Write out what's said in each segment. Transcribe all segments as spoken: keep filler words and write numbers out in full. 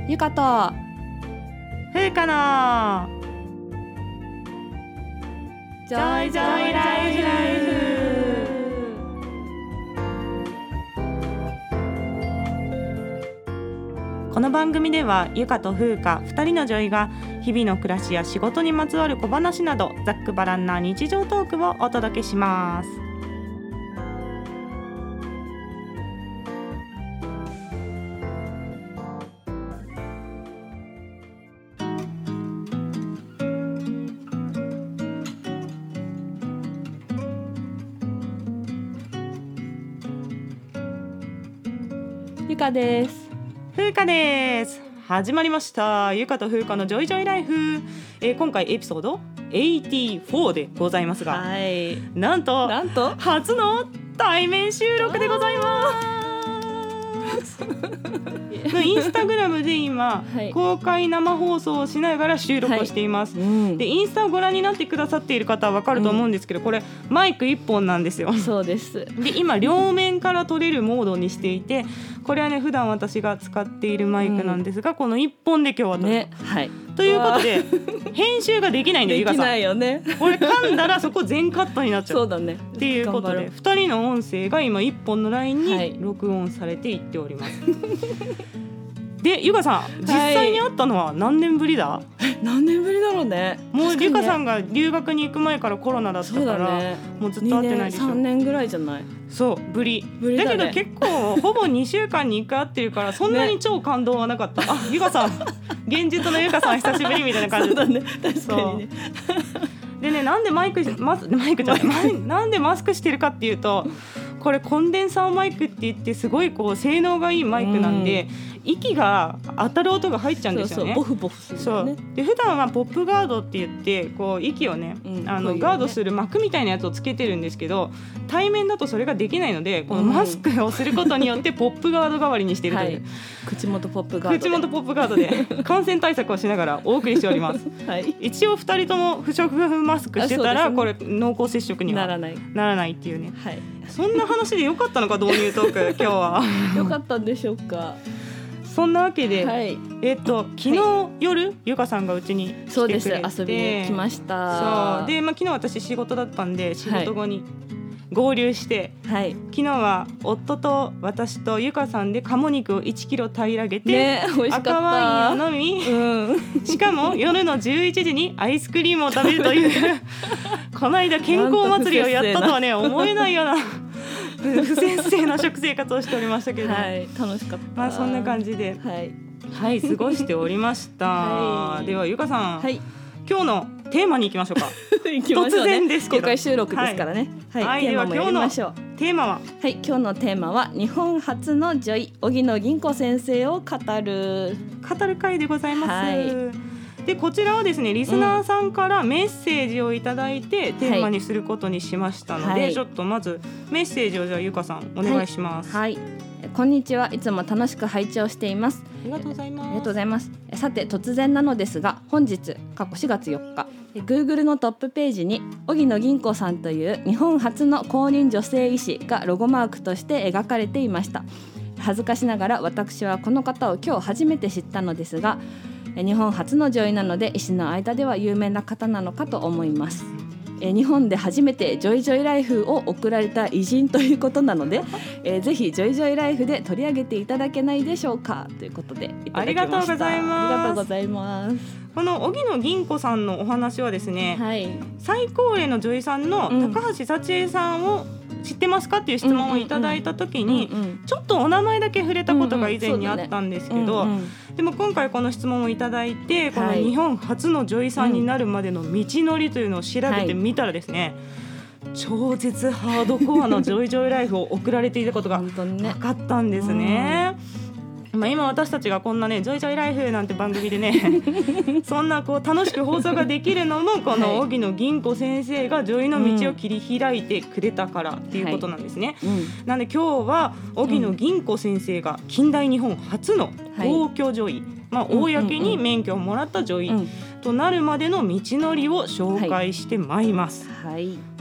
ゆかとふうかのジョイジョイライフ。この番組ではゆかとふうかふたりのジョイが日々の暮らしや仕事にまつわる小話などざっくばらんな日常トークをお届けします。 ゆかです。 ふうかです。始まりましたゆかとふうかのジョイジョイライフ、えー、今回エピソードはちじゅうよんでございますが、 はい、 なんとなんと初の対面収録でございますインスタグラムで今、はい、公開生放送をしながら収録をしています、はいうん、でインスタをご覧になってくださっている方は分かると思うんですけど、うん、これマイクいっぽんなんですよ。 そうです。 で今両面から撮れるモードにしていて、これはね普段私が使っているマイクなんですが、うん、このいっぽんで今日は撮る、ねはい、ということで編集ができないんだよ。 できないよね。 これ噛んだらそこ全カットになっちゃう。 そうだね。 っていうことでふたりの音声が今いっぽんのラインに録音されていっております、はいでゆかさん実際に会ったのは何年ぶりだ、はい、 何年ぶりだろうね。 もうゆかさんが留学に行く前からコロナだったから、ね、もうずっと会ってないでしょ。 にねんさんねんぐらいじゃない。 そうぶりぶりだね。 だけど結構ほぼにしゅうかんにいっかい会ってるからそんなに超感動はなかった、ね、あゆかさん現実のゆかさん久しぶりみたいな感じ。 そうだね確かにね。 でねなんでマイクマスマイクじゃないなんでマスクしてるかっていうと、これコンデンサーマイクって言ってすごいこう性能がいいマイクなんで、うん息が当たる音が入っちゃうんですよね。 そうそうボフボフするよね。 そうで普段はポップガードって言ってこう息をね、うん、あのガードする膜みたいなやつをつけてるんですけど、対面だとそれができないのでこのマスクをすることによってポップガード代わりにしているという、はい、 口元ポップガードで口元ポップガードで感染対策をしながらお送りしております、はい、一応ふたりとも不織布マスクしてたら、ね、これ濃厚接触にはならない、ならないっていうね、はい、そんな話でよかったのか導入トーク今日はよかったんでしょうか。 そんなわけで、はいえー、と昨日夜、はい、ゆかさんがうちに来てくれて、 そうです遊びに来ました。 そうで、まあ、昨日私仕事だったんで仕事後に合流して、はい、昨日は夫と私とゆかさんで鴨肉をいちキロ平らげて、 ね、美味しかった。 赤ワインを飲み、うん、しかも夜のじゅういちじにアイスクリームを食べるというこの間健康祭りをやったとはね思えないような不摂生な食生活をしておりましたけど、 はい、楽しかった。 まあそんな感じで、はいはい、過ごしておりました、はい、ではゆかさん、はい、今日のテーマに行きましょうか。 行きましょうね、 突然ですけど公開収録ですからね、はいはい、テーマもやりましょう。 テーマは、 はい、今日のテーマは日本初の女医荻野銀子先生を語る語る会でございます、はいでこちらはですねリスナーさんからメッセージをいただいてテーマにすることにしましたので、はい、ちょっとまずメッセージをじゃあゆかさんお願いします。 はい、はい、こんにちは。いつも楽しく拝聴しています。 ありがとうございます。 ありがとうございます。さて突然なのですが本日過去しがつよっか Google のトップページに荻野銀子さんという日本初の公認女性医師がロゴマークとして描かれていました。恥ずかしながら私はこの方を今日初めて知ったのですが、日本初の女医なので医師の間では有名な方なのかと思います。え日本で初めてジョイジョイライフを贈られた偉人ということなので、えー、ぜひジョイジョイライフで取り上げていただけないでしょうかということでいただきました。 ありがとうございます。 ありがとうございます。 この荻野銀子さんのお話はですね、はい、最高齢の女医さんの高橋幸恵さんを知ってますかっていう質問をいただいた時に、うんうんうん、ちょっとお名前だけ触れたことが以前にあったんですけど、うんうんねうんうん、でも今回この質問をいただいてこの日本初の女医さんになるまでの道のりというのを調べてみたらですね、はい、超絶ハードコアのジョイジョイライフを送られていたことが分かったんですね。まあ、今私たちがこんなねジョイジョイライフなんて番組でねそんなこう楽しく放送ができるのもこの荻野銀子先生が女医の道を切り開いてくれたからっていうことなんですね、はいうん、なんで今日は荻野銀子先生が近代日本初の皇居女医、はいまあ、公に免許をもらった女医となるまでの道のりを紹介してまいります、はい、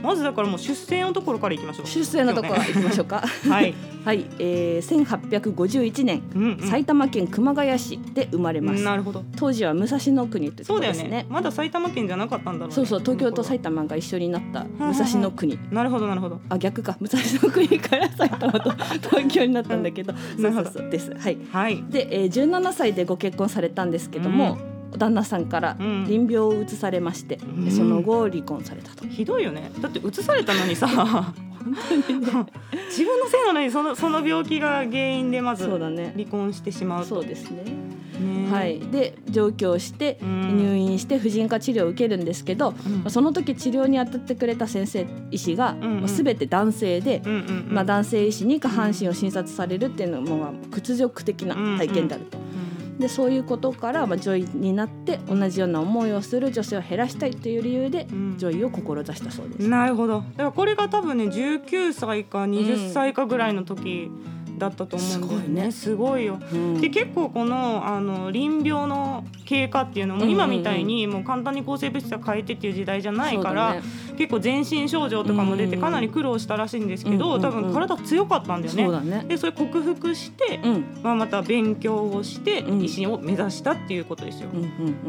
まずだからもう出生のところからいきましょう。 出生のところからいきましょうかはい、 はい、えー、せんはっぴゃくごじゅういちねん、うんうん、埼玉県熊谷市で生まれます。 なるほど。 当時は武蔵野国というところですね。 そうだよね、まだ埼玉県じゃなかったんだろうね。 そうそう、東京と埼玉が一緒になった武蔵野国。 なるほどなるほど。 あ、逆か、武蔵野国から埼玉と東京になったんだけどそうそうそうです。はい、はい、で、えー、じゅうななさいでご結婚されたんですけども、うん、旦那さんから臨病をうつされまして、うん、その後離婚されたと。 ひどいよね。だってうつされたのにさ本当に、ね、自分のせいなのにその、その病気が原因でまず離婚してしまうと。 そうですね。ね、はい、で上京して入院して婦人科治療を受けるんですけど、うん、その時治療に当たってくれた先生医師が、うんうん、全て男性で、うんうんうん、まあ、男性医師に下半身を診察されるっていうのも屈辱的な体験であると、うんうん、でそういうことから、まあ、女医になって同じような思いをする女性を減らしたいという理由で、うん、女医を志したそうです。 なるほど。だからこれが多分ねじゅうきゅうさいかはたちかぐらいの時、うんだったと思うんだよね。すごいよ、うん、で結構この、あの臨病の経過っていうのも今みたいにもう簡単に抗生物質は変えてっていう時代じゃないから、ね、結構全身症状とかも出てかなり苦労したらしいんですけど、うん、多分体強かったんだよね。そうだね。でそれ克服して、うん、まあ、また勉強をして医師を目指したっていうことですよ、うんうんうん、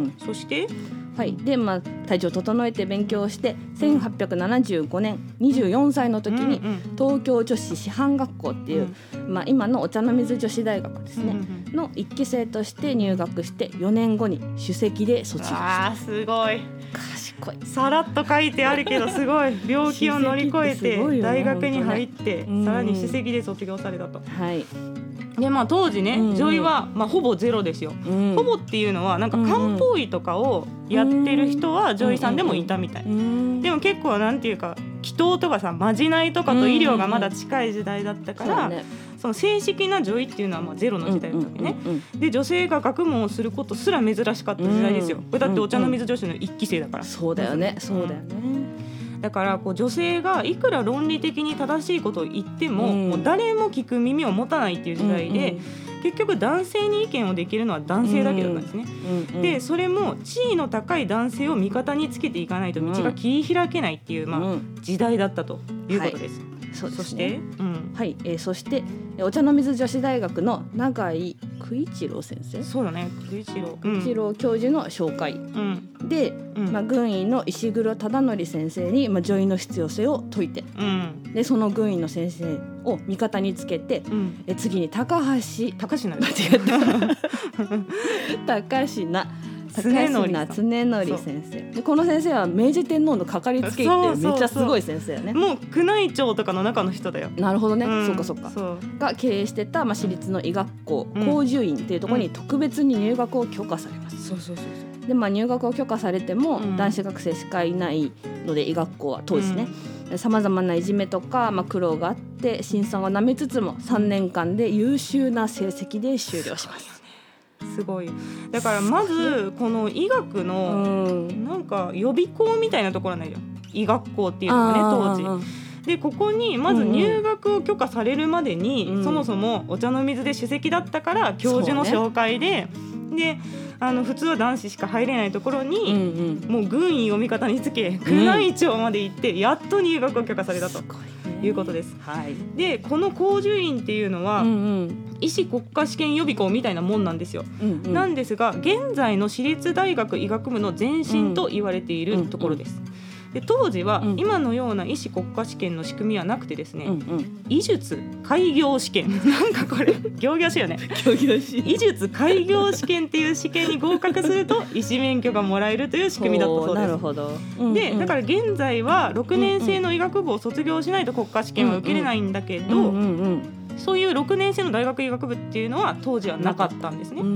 そしてはいでまあ、体調を整えて勉強してせんはっぴゃくななじゅうごねんにじゅうよんさいの時に東京女子師範学校っていう、まあ、今のお茶の水女子大学ですねのいっき生として入学してよねんごに首席で卒業した。 あーすごい賢い。 さらっと書いてあるけどすごい病気を乗り越えて大学に入ってさらに首席で卒業されたと。 はいでまあ、当時ね、うんうん、女医は、まあ、ほぼゼロですよ、うん、ほぼっていうのはなんか漢方医とかをやってる人は女医さんでもいたみたい、うんうん、でも結構なんていうか祈祷とかさまじないとかと医療がまだ近い時代だったから、うんうんうん、その正式な女医っていうのはまあゼロの時代だったわけね、うんうんうん、で女性が学問をすることすら珍しかった時代ですよ、うん、これだってお茶の水女子のいっき生だから、うんうん、 そうだよねそうだよね。 だからこう女性がいくら論理的に正しいことを言っても、うん、もう誰も聞く耳を持たないっていう時代で、うんうん、結局男性に意見をできるのは男性だけだったんですね、うんうん、でそれも地位の高い男性を味方につけていかないと道が切り開けないっていう、まあ、時代だったということです、はい。そうですね。そして、うんはいえー、そしてお茶の水女子大学の永井久一郎先生、 そうだね久一郎、 久一郎教授の紹介、うん、で、うんまあ、軍医の石黒忠則先生に、まあ、女医の必要性を説いて、うん、でその軍医の先生を味方につけて、うん、え次に高橋高階間違った高階高階常則先生で、この先生は明治天皇のかかりつけ医ってめっちゃすごい先生よね。 もう宮内庁とかの中の人だよ。 なるほどね、うん、そうかそうかそうが経営してた、まあ、私立の医学校光寿院っていうところに特別に入学を許可されます、うん、そうそうそうそうで、まあ、入学を許可されても、うん、男子学生しかいないので医学校は当時ねさまざまないじめとか、まあ、苦労があって辛酸をなめつつもさんねんかんで優秀な成績で終了します。 すごい。だからまずこの医学のなんか予備校みたいなところないよ、医学校っていうのがね当時で、ここにまず入学を許可されるまでに、うんうん、そもそもお茶の水で首席だったから教授の紹介で、ね、であの普通は男子しか入れないところに、うんうん、もう軍医を味方につけ宮内庁まで行ってやっと入学を許可されたということです、はい、でこの光寿院っていうのは、うんうん医師国家試験予備校みたいなもんなんですよ、うんうん、なんですが現在の私立大学医学部の前身と言われているところです、うんうんで当時は今のような医師国家試験の仕組みはなくてですね、うんうん、医術開業試験なんかこれ行々しいよね医術開業試験っていう試験に合格すると医師免許がもらえるという仕組みだったそうです。 なるほど、うんうん、 でだから現在はろくねん生の医学部を卒業しないと国家試験は受けれないんだけど、うんうんうんうんそういうろくねん生の大学医学部っていうのは当時はなかったんですね、うん、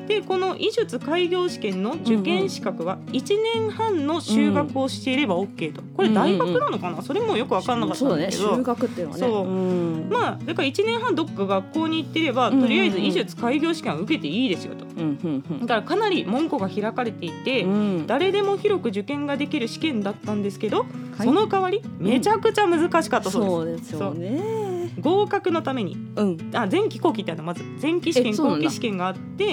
でこの医術開業試験の受験資格はいちねんはんの修学をしていれば OK と。これ大学なのかな、それもよく分かんなかったんだけど、 そうだね、修学っていうのはね、そう、 うん、まあだからいちねんはんどっか学校に行ってれば、とりあえず医術開業試験は受けていいですよと、うんうんうん、だからかなり門戸が開かれていて、うん、誰でも広く受験ができる試験だったんですけど、はい、その代わりめちゃくちゃ難しかったそうです、 うん、そうですよね。 合格のために、うん、あ前期後期ってあるのまず前期試験後期試験があって、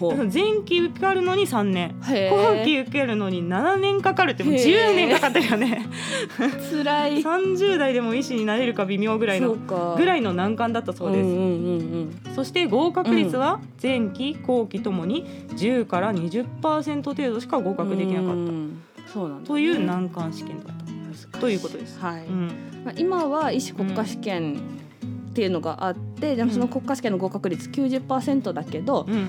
ほう前期受かるのにさんねん、後期受けるのにななねんかかるって、もうじゅうねんかかってるよね辛い。 さんじゅう代でも医師になれるか微妙ぐらいのぐらいの難関だったそうです、うんうんうんうん、そして合格率は前期後期ともにじゅうから にじゅっパーセント 程度しか合格できなかった、うん、そうなんだね、という難関試験だったということです、はい、うん、 まあ、今は医師国家試験っていうのがあって、でもその国家試験の合格率 きゅうじゅっパーセント だけど、うんうん、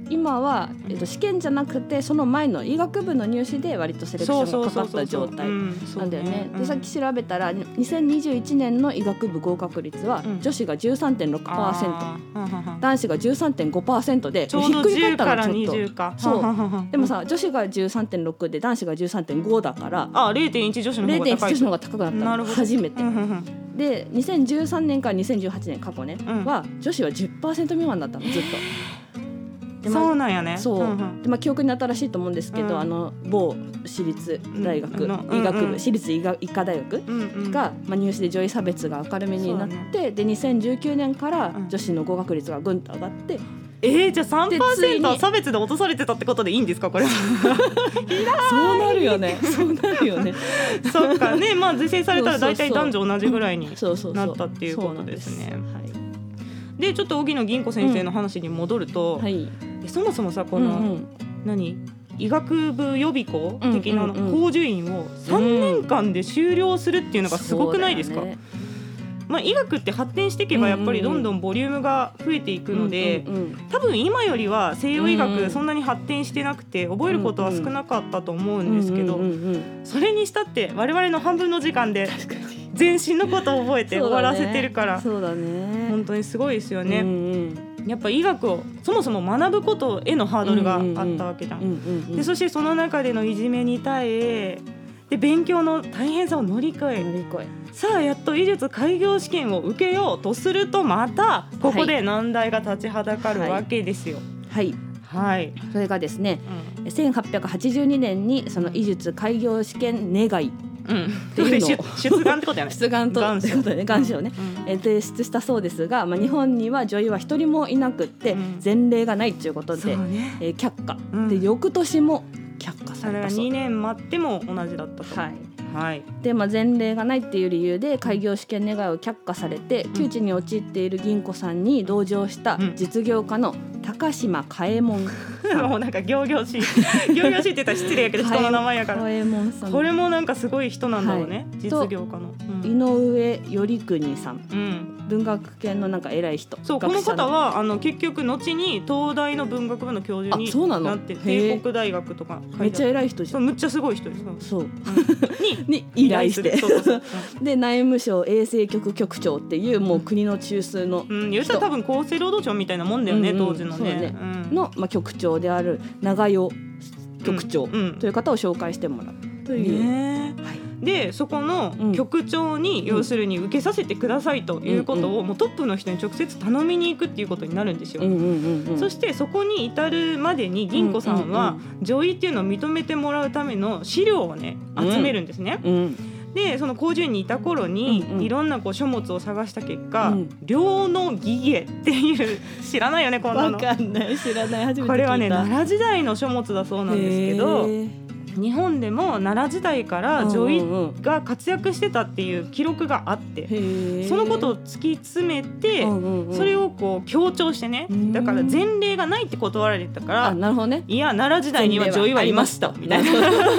今は、えっと、試験じゃなくてその前の医学部の入試で割とセレクションがかかった状態なんだよね。でさっき調べたらにせんにじゅういちねんの医学部合格率は、うん、女子が じゅうさんてんろくパーセント、男子が じゅうさんてんごパーセント でちょうどじゅうからにじゅうか。 そうでもさ、女子が じゅうさんてんろく で男子が じゅうさんてんご だから、 あ れいてんいち 女子の方が高い、 れいてんいち 女子の方が高くなったの初めてで、にせんじゅうさんねんからにせんじゅうはちねん過去ね、うん、は女子は じゅっパーセント 未満だったの、ずっと。 で、まあ、そうなんやね。 そう、うんうん、で、まあ、記憶に新しいと思うんですけど、うん、あの某私立大学、うん、医学部、うんうん、私立医科大学が、うんうん、まあ、入試で女医差別が明るめになって、ね、でにせんじゅうきゅうねんから女子の合格率がぐんと上がって、うん、 えー、じゃあ さんパーセント は差別で落とされてたってことでいいんですか、これそうなるよねそうなるよねそっかね、まあ是正されたら大体男女同じぐらいになったっていうことですね。でちょっと荻野銀子先生の話に戻ると、うん、はい、そもそもさこの、うんうん、何医学部予備校的な講授員をさんねんかんで修了するっていうのがすごくないですか、うん、まあ、医学って発展していけばやっぱりどんどんボリュームが増えていくので、うんうんうん、多分今よりは西洋医学そんなに発展してなくて覚えることは少なかったと思うんですけど、それにしたって我々の半分の時間で全身のことを覚えて終わらせてるから、 そうだね、 本当にすごいですよね、うんうん、やっぱ医学をそもそも学ぶことへのハードルがあったわけじゃん、うんうんうん、でそしてその中でのいじめに耐えで勉強の大変さを乗り越え、乗り越えさあやっと医術開業試験を受けようとするとまたここで難題が立ちはだかるわけですよ。 はい、はいはい、それがですね、うん、せんはっぴゃくはちじゅうにねんにその医術開業試験願いっていうのを、うん、出願ってことやね出願とってことでね、願書をね、うんうん、提出したそうですが、まあ、日本には女医は一人もいなくって、うん、前例がないということで、ね、えー、却下、うん、で翌年も却下されたそうです。 それがにねん待っても同じだったと。 はいはい、で、まあ、前例がないっていう理由で開業試験願いを却下されて、うん、窮地に陥っている銀子さんに同乗した実業家の高島嘉右衛門さん、 もうなんか仰々しい仰々しいって言ったら失礼やけど人の名前やから嘉右衛門さん、これもなんかすごい人なんだろうね、はい、実業家の、 うん、井上頼国さん、うん、文学系のなんか偉い人。 そう、この方はあの結局後に東大の文学部の教授になって帝国大学とかめっちゃ偉い人じゃん。 そう、むっちゃすごい人です。 そう、うん、にに依頼してそうそうそうで内務省衛生局局長っていうもう国の中枢の人、 うん、言うたら多分厚生労働省みたいなもんだよね、うんうん、当時の ね, ね、 うん、の、まあ、局長である長代局長という方を紹介してもらうという、ね、はい、でそこの局長に要するに受けさせてくださいということをもうトップの人に直接頼みに行くっていうことになるんですよ、うんうんうんうん、そしてそこに至るまでに銀子さんは女医っていうのを認めてもらうための資料をね集めるんですね、うんうん、でその工場にいた頃にいろんなこう書物を探した結果、うん、両の儀下っていう知らないよねこんなの。 わかんない、知らない、初めて聞いた。 これはね奈良時代の書物だそうなんですけど、日本でも奈良時代から女医が活躍してたっていう記録があって、そのことを突き詰めてそれをこう強調してね、だから前例がないって断られたから、 あ、なるほどね、 いや奈良時代には女医はいましたみたいな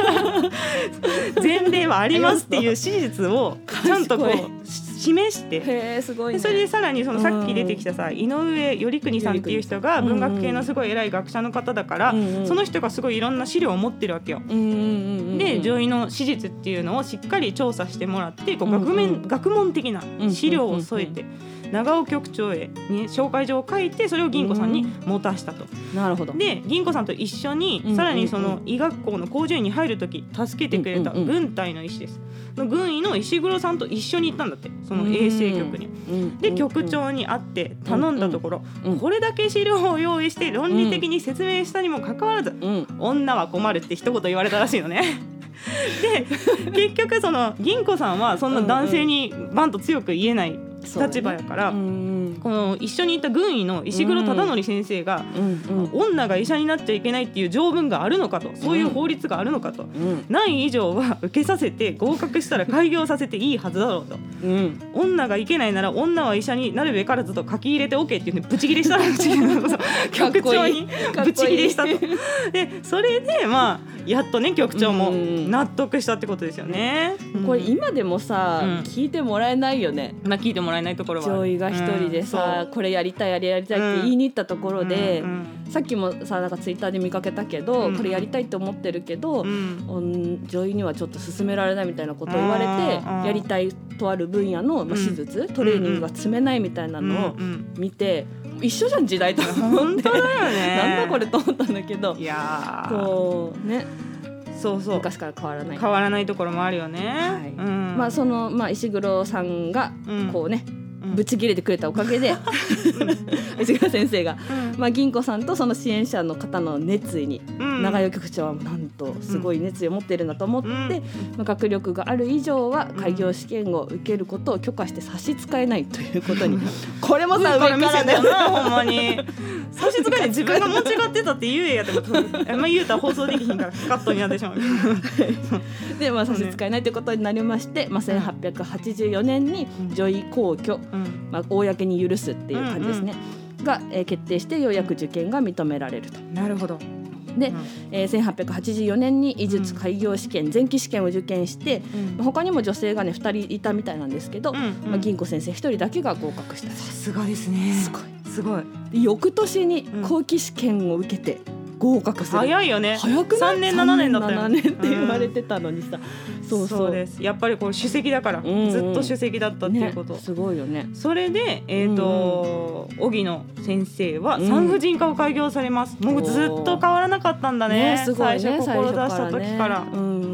前例はありますっていう史実をちゃんとこう示して、 へー、すごいね。 それでさらにそのさっき出てきたさ、井上頼国さんっていう人が文学系のすごい偉い学者の方だから、うんうん、その人がすごいいろんな資料を持ってるわけよ、うんうんうんうん、で女医の史実っていうのをしっかり調査してもらってこう 学, 面、うんうん、学問的な資料を添えて、うんうんうんうん、長尾局長へに紹介状を書いてそれを銀子さんに持たしたと、 うん、なるほど。で銀子さんと一緒にさらにその医学校の工場員に入るとき助けてくれた軍隊の医師です、うんうんうん、軍医の石黒さんと一緒に行ったんだって、その衛生局に、うんうん、で局長に会って頼んだところ、うんうん、これだけ資料を用意して論理的に説明したにもかかわらず、うん、女は困るって一言言われたらしいのねで結局その銀子さんはそんな男性にバンと強く言えない立場やから、ね、うんこの一緒にいた軍医の石黒忠則先生が、うんうん、女が医者になっちゃいけないっていう条文があるのかと、そういう法律があるのかと、うん、ない以上は受けさせて合格したら開業させていいはずだろうと、うん、女がいけないなら女は医者になるべからずと書き入れて OK っていうふうにブチ切れしたらしい局長にブチ切れしたと。でそれでまあやっとね局長も納得したってことですよね、 うん、これ今でもさ、うん、聞いてもらえないよね。 まあ聞いてもらえないところは女医が一人でさ、うん、これやりたいやりやりたいって言いに行ったところで、うんうん、さっきもさなんかツイッターで見かけたけど、うん、これやりたいって思ってるけど、うん、女医にはちょっと勧められないみたいなことを言われて、やりたいとある分野の、まあ、手術、うん、トレーニングが積めないみたいなのを見て、うんうん、一緒じゃん時代と思って本当だよねなんだこれと思ったんだけど、 いやそうね、 そうそう昔から変わらない変わらないところもあるよね、はいうんまあそのまあ、石黒さんがこうね、うん、ぶち切れてくれたおかげで、うん、石黒先生が、うんまあ、銀子さんとその支援者の方の熱意に、うん、長与局長はなんとすごい熱意を持っているんだと思って、うんまあ、学力がある以上は開業試験を受けることを許可して差し支えないということにこれもさ上から見せたよなほんまに差し支えない自分が間違ってたって言えやってことまあ言うたら放送できひんからカットになってしまうで、まあ、差し支えないということになりまして、まあ、せんはっぴゃくはちじゅうよねんに女医皇居、うんまあ、公に許すっていう感じですね、うんうん、が、えー、決定してようやく受験が認められると。 なるほど。 で、うんえー、せんはっぴゃくはちじゅうよねんに医術開業試験、うん、前期試験を受験して、うん、他にも女性がねふたりいたみたいなんですけど、うんうんまあ、銀子先生ひとりだけが合格した。 さすがですね。 すごいすごい。 翌年に後期試験を受けて合格する。 早いよね。 早くない？ さんねんななねんだったよ。 さんねんななねんって言われてたのにさ、うん、そうそう、 そうです。やっぱりこう首席だから、うんうん、ずっと首席だったっていうこと、 ね、すごいよね。 それでえっ、ー、と、うんうん、荻野先生は産婦人科を開業されます、うん、もうずっと変わらなかったんだ ね, ね, すごいね最初志した時から、ねうんうんうん、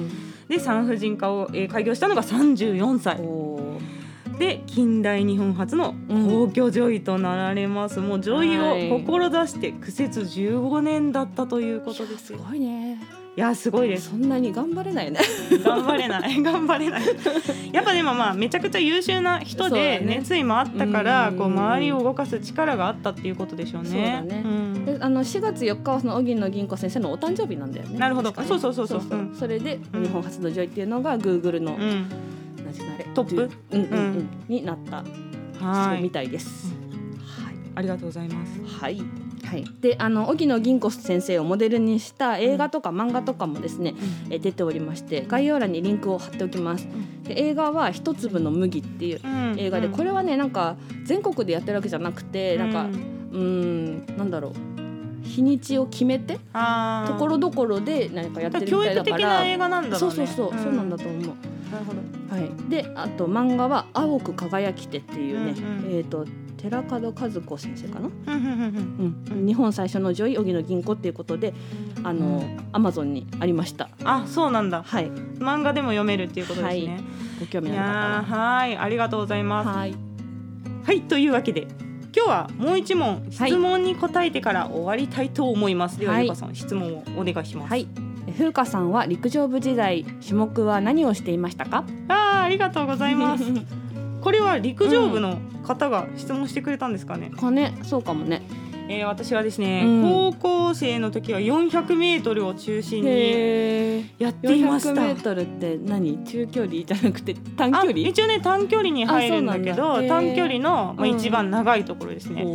で産婦人科を、えー、開業したのがさんじゅうよんさいで近代日本初の皇居女医となられます、うん、もう女医を志して苦節じゅうごねんだったということですよ。 すごいね。 いやすごいです。 そんなに頑張れないね頑張れない頑張れないやっぱでもまあめちゃくちゃ優秀な人で熱意もあったから、ね、こう周りを動かす力があったっていうことでしょうね。 そうだね、うん、であのしがつよっかはその荻野銀子先生のお誕生日なんだよね。 なるほど、そうそうそうそう、 そうそう、うん、それで日本初の女医っていうのが Google の、うん、 トップ、 うんうんうん、になったそうみたいです、 うん、はい、ありがとうございます。 はいはい、であの荻野銀子先生をモデルにした映画とか漫画とかもですね、うん、え出ておりまして概要欄にリンクを貼っておきます、うん、で映画は一粒の麦っていう映画で、うん、これはねなんか全国でやってるわけじゃなくて、うん、なんかうーんなんだろう日にちを決めてところどころで何かやってるみたいだから、教育的な映画なんだろうね。 そうそうそう、うん、そうなんだと思う。なるほど、 はい、であと漫画は青く輝きてっていうね、うんうん、えーと寺門和子先生かな、うんうん、日本最初の女医荻野銀子っていうことであの、アマゾンにありました。 あ、そうなんだ、 はい、 漫画でも読めるっていうことですね、 はい、ご興味のある方は。 はい、ありがとうございます。 はい、 はい、というわけで今日はもう一問質問に答えてから終わりたいと思います、はい、ではゆかさん質問をお願いします。 はい、風花さんは陸上部時代種目は何をしていましたか？ あ, ありがとうございますこれは陸上部の方が質問してくれたんですかね、うん、 かね、そうかもね。 えー、私はですね、うん、高校生の時はよんひゃくメートルを中心にやっていました。 よんひゃくメートルって何？中距離じゃなくて短距離？ 一応ね短距離に入るんだけど短距離の、まあ、一番長いところですね、うん、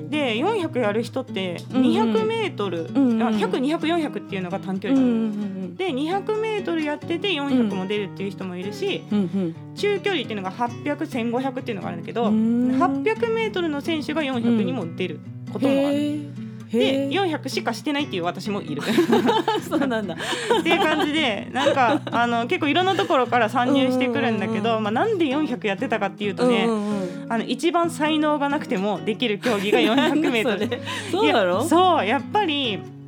でよんひゃくやる人ってにひゃくメートル、うんうん、ひゃく、にひゃく、よんひゃくっていうのが短距離なの、うんうんうん、でにひゃくメートルやっててよんひゃくも出るっていう人もいるし、うんうん、中距離っていうのがはっぴゃく、せんごひゃくっていうのがあるんだけど、はっぴゃくメートルの選手がよんひゃくにも出ることもある。でよんひゃくしかしてないっていう私もいるそうなんだっていう感じでなんかあの結構いろんなところから参入してくるんだけど、まあ、なんでよんひゃくやってたかっていうとね、うんうん、あの一番才能がなくてもできる競技がよんひゃくメートルそうだろ？ そうやっぱり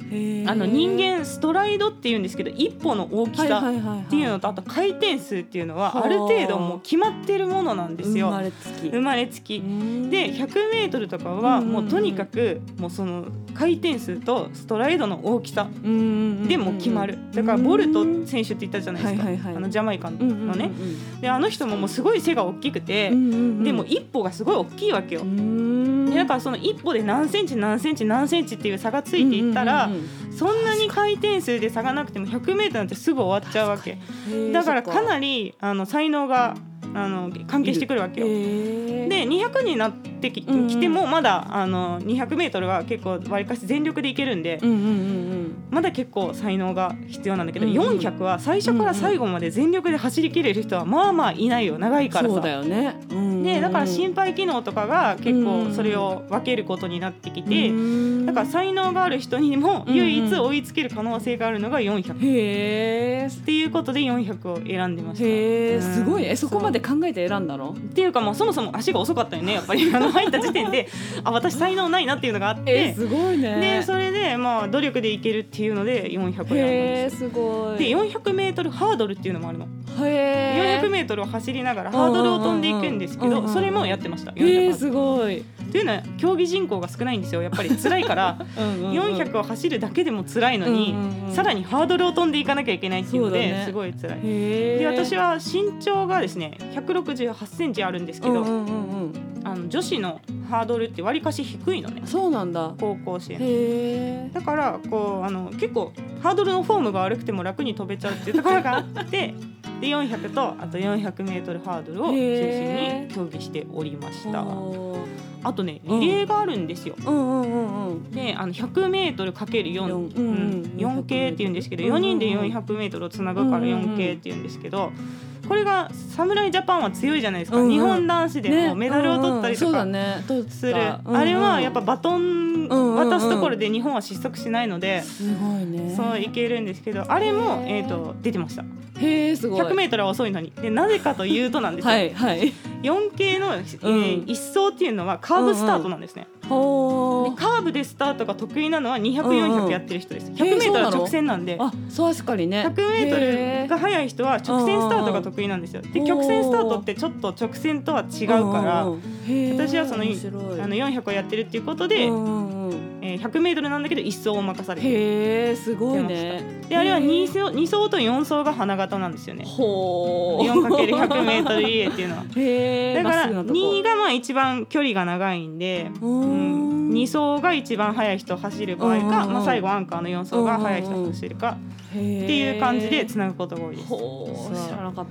あの人間ストライドっていうんですけど一歩の大きさっていうのとあと回転数っていうのはある程度もう決まってるものなんですよ。 生まれつき生まれつきでひゃくメートルとかはもうとにかくもうその回転数とストライドの大きさでも決まる。だからボルト選手って言ったじゃないですか、はいはいはい、あのジャマイカのね、であの人ももうすごい背が大きくて、でも一歩がすごい大きいわけよ。でだからその一歩で何センチ何センチ何センチっていう差がついていったら、そんなに回転数で差がなくてもひゃくメートルなんてすぐ終わっちゃうわけだから、かなりあの才能があの関係してくるわけよ。でにひゃくになってき、うんうん、来てもまだあのにひゃくメートルは結構わりかし全力でいけるんで、うんうんうんうん、まだ結構才能が必要なんだけど、うんうん、よんひゃくは最初から最後まで全力で走りきれる人はまあまあいないよ、長いからさ。 そうだよね、うんうんうん、 でだから心肺機能とかが結構それを分けることになってきて、うんうん、だから才能がある人にも唯一追いつける可能性があるのがよんひゃく、うんうん、へーっていうことでよんひゃくを選んでました。 へー、すごいね。そこまで考えて選んだの？ っていうかもうそもそも足が遅かったよねやっぱりあの入った時点であ私才能ないなっていうのがあって、 えー、すごいね。 でそれでまあ努力でいけるっていうのでよんひゃくを選んだんです。 へー、すごい。 でよんひゃくメートルハードルっていうのもあるの。 へー、 よんひゃくメートルを走りながらハードルを飛んでいくんですけど、それもやってました。 へー、すごい。 というのは競技人口が少ないんですよ。やっぱり辛いからうんうん、よんひゃくを走るだけでも辛いのに、うんうん、さらにハードルを飛んでいかなきゃいけないっていうので、ね、すごい辛い。で私は身長がですねひゃくろくじゅうはちセンチあるんですけど、うんうんうんうん、あの女子のハードルってわりかし低いのね。 そうなんだ。 高校生へだからこうあの結構ハードルのフォームが悪くても楽に飛べちゃうっていうところがあってでよんひゃくとあとよんひゃくメートルハードルを中心に競技しておりました。あとねリレーがあるんですよ、うんうんうんうん、であの ひゃくメートルかけるよん、うんうん、よんケー っていうんですけど、よにんでよんひゃくメートルをつなぐから よんケー っていうんですけど、これが侍ジャパンは強いじゃないですか、うんうん、日本男子でもメダルを取ったりとかする、ねうんうん、あれはやっぱバトン渡すところで日本は失速しないので、 すごいね、 そういけるんですけど、あれも、えーと、出てました。 へー、すごい。 ひゃくメートルは遅いのに。でなぜかというとなんですよ、はいはい、よんケー の、えーうん、いっ走っていうのはカーブスタートなんですね、うんうん、でカーブでスタートが得意なのはにひゃく、よんひゃくやってる人です。ひゃくメートルは直線なんで、 あ、そう確かにね、 ひゃくメートルが速い人は直線スタートが得意なんですよ。で曲線スタートってちょっと直線とは違うから、私はそのあのよんひゃくをやってるっていうことで、えー、ひゃくメートルなんだけどいっ走を任されてる。 へー、すごいね。 であれは 2, 走に走とよん走が花形なんですよね。ほー よんかけるひゃくメートル リレーっていうのは。へー、だからにがまあ一番距離が長いんで、うん、に走が一番速い人走る場合か、まあ、最後アンカーのよん走が速い人走るかっていう感じでつなぐことが多いです。 ほー、知らなかった。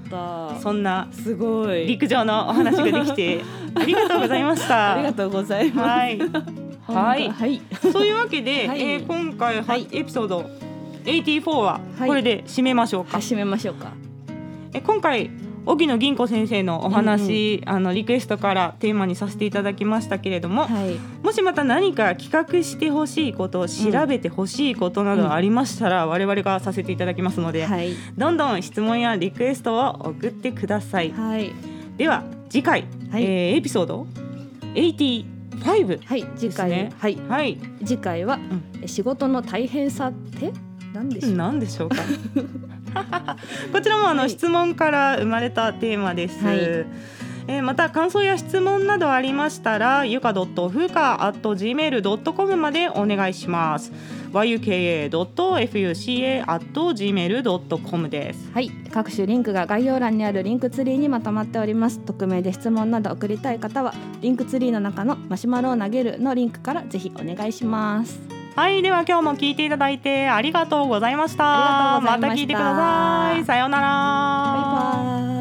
そんなすごい陸上のお話ができてありがとうございました。 ありがとうございます。 はいはいはい、そういうわけで、はい、えー、今回は、はい、エピソードはちじゅうよんはこれで締めましょうか。 はい、締めましょうか。 え今回荻野銀子先生のお話、うんうん、あのリクエストからテーマにさせていただきましたけれども、はい、もしまた何か企画してほしいことを調べてほしいことなどありましたら、うん、我々がさせていただきますので、はい、どんどん質問やリクエストを送ってください。はい、では次回、はい、えー、エピソードはちじゅうご、 はい、次回、ね、はいはい、次回は、うん、仕事の大変さって何でしょう何でしょうかこちらもあの、はい、質問から生まれたテーマです、はい、えー、また感想や質問などありましたらゆか .ふうか アット ジーメール ドットコム までお願いします。 ワイユーケーエー ドット エフユーシーエー アット ジーメール ドットコム です。 はい、各種リンクが概要欄にあるリンクツリーにまとまっております。匿名で質問など送りたい方はリンクツリーの中のマシュマロを投げるのリンクからぜひお願いします。 はい、では今日も聞いていただいてありがとうございました。また聞いてください。さようなら。 バイバイ。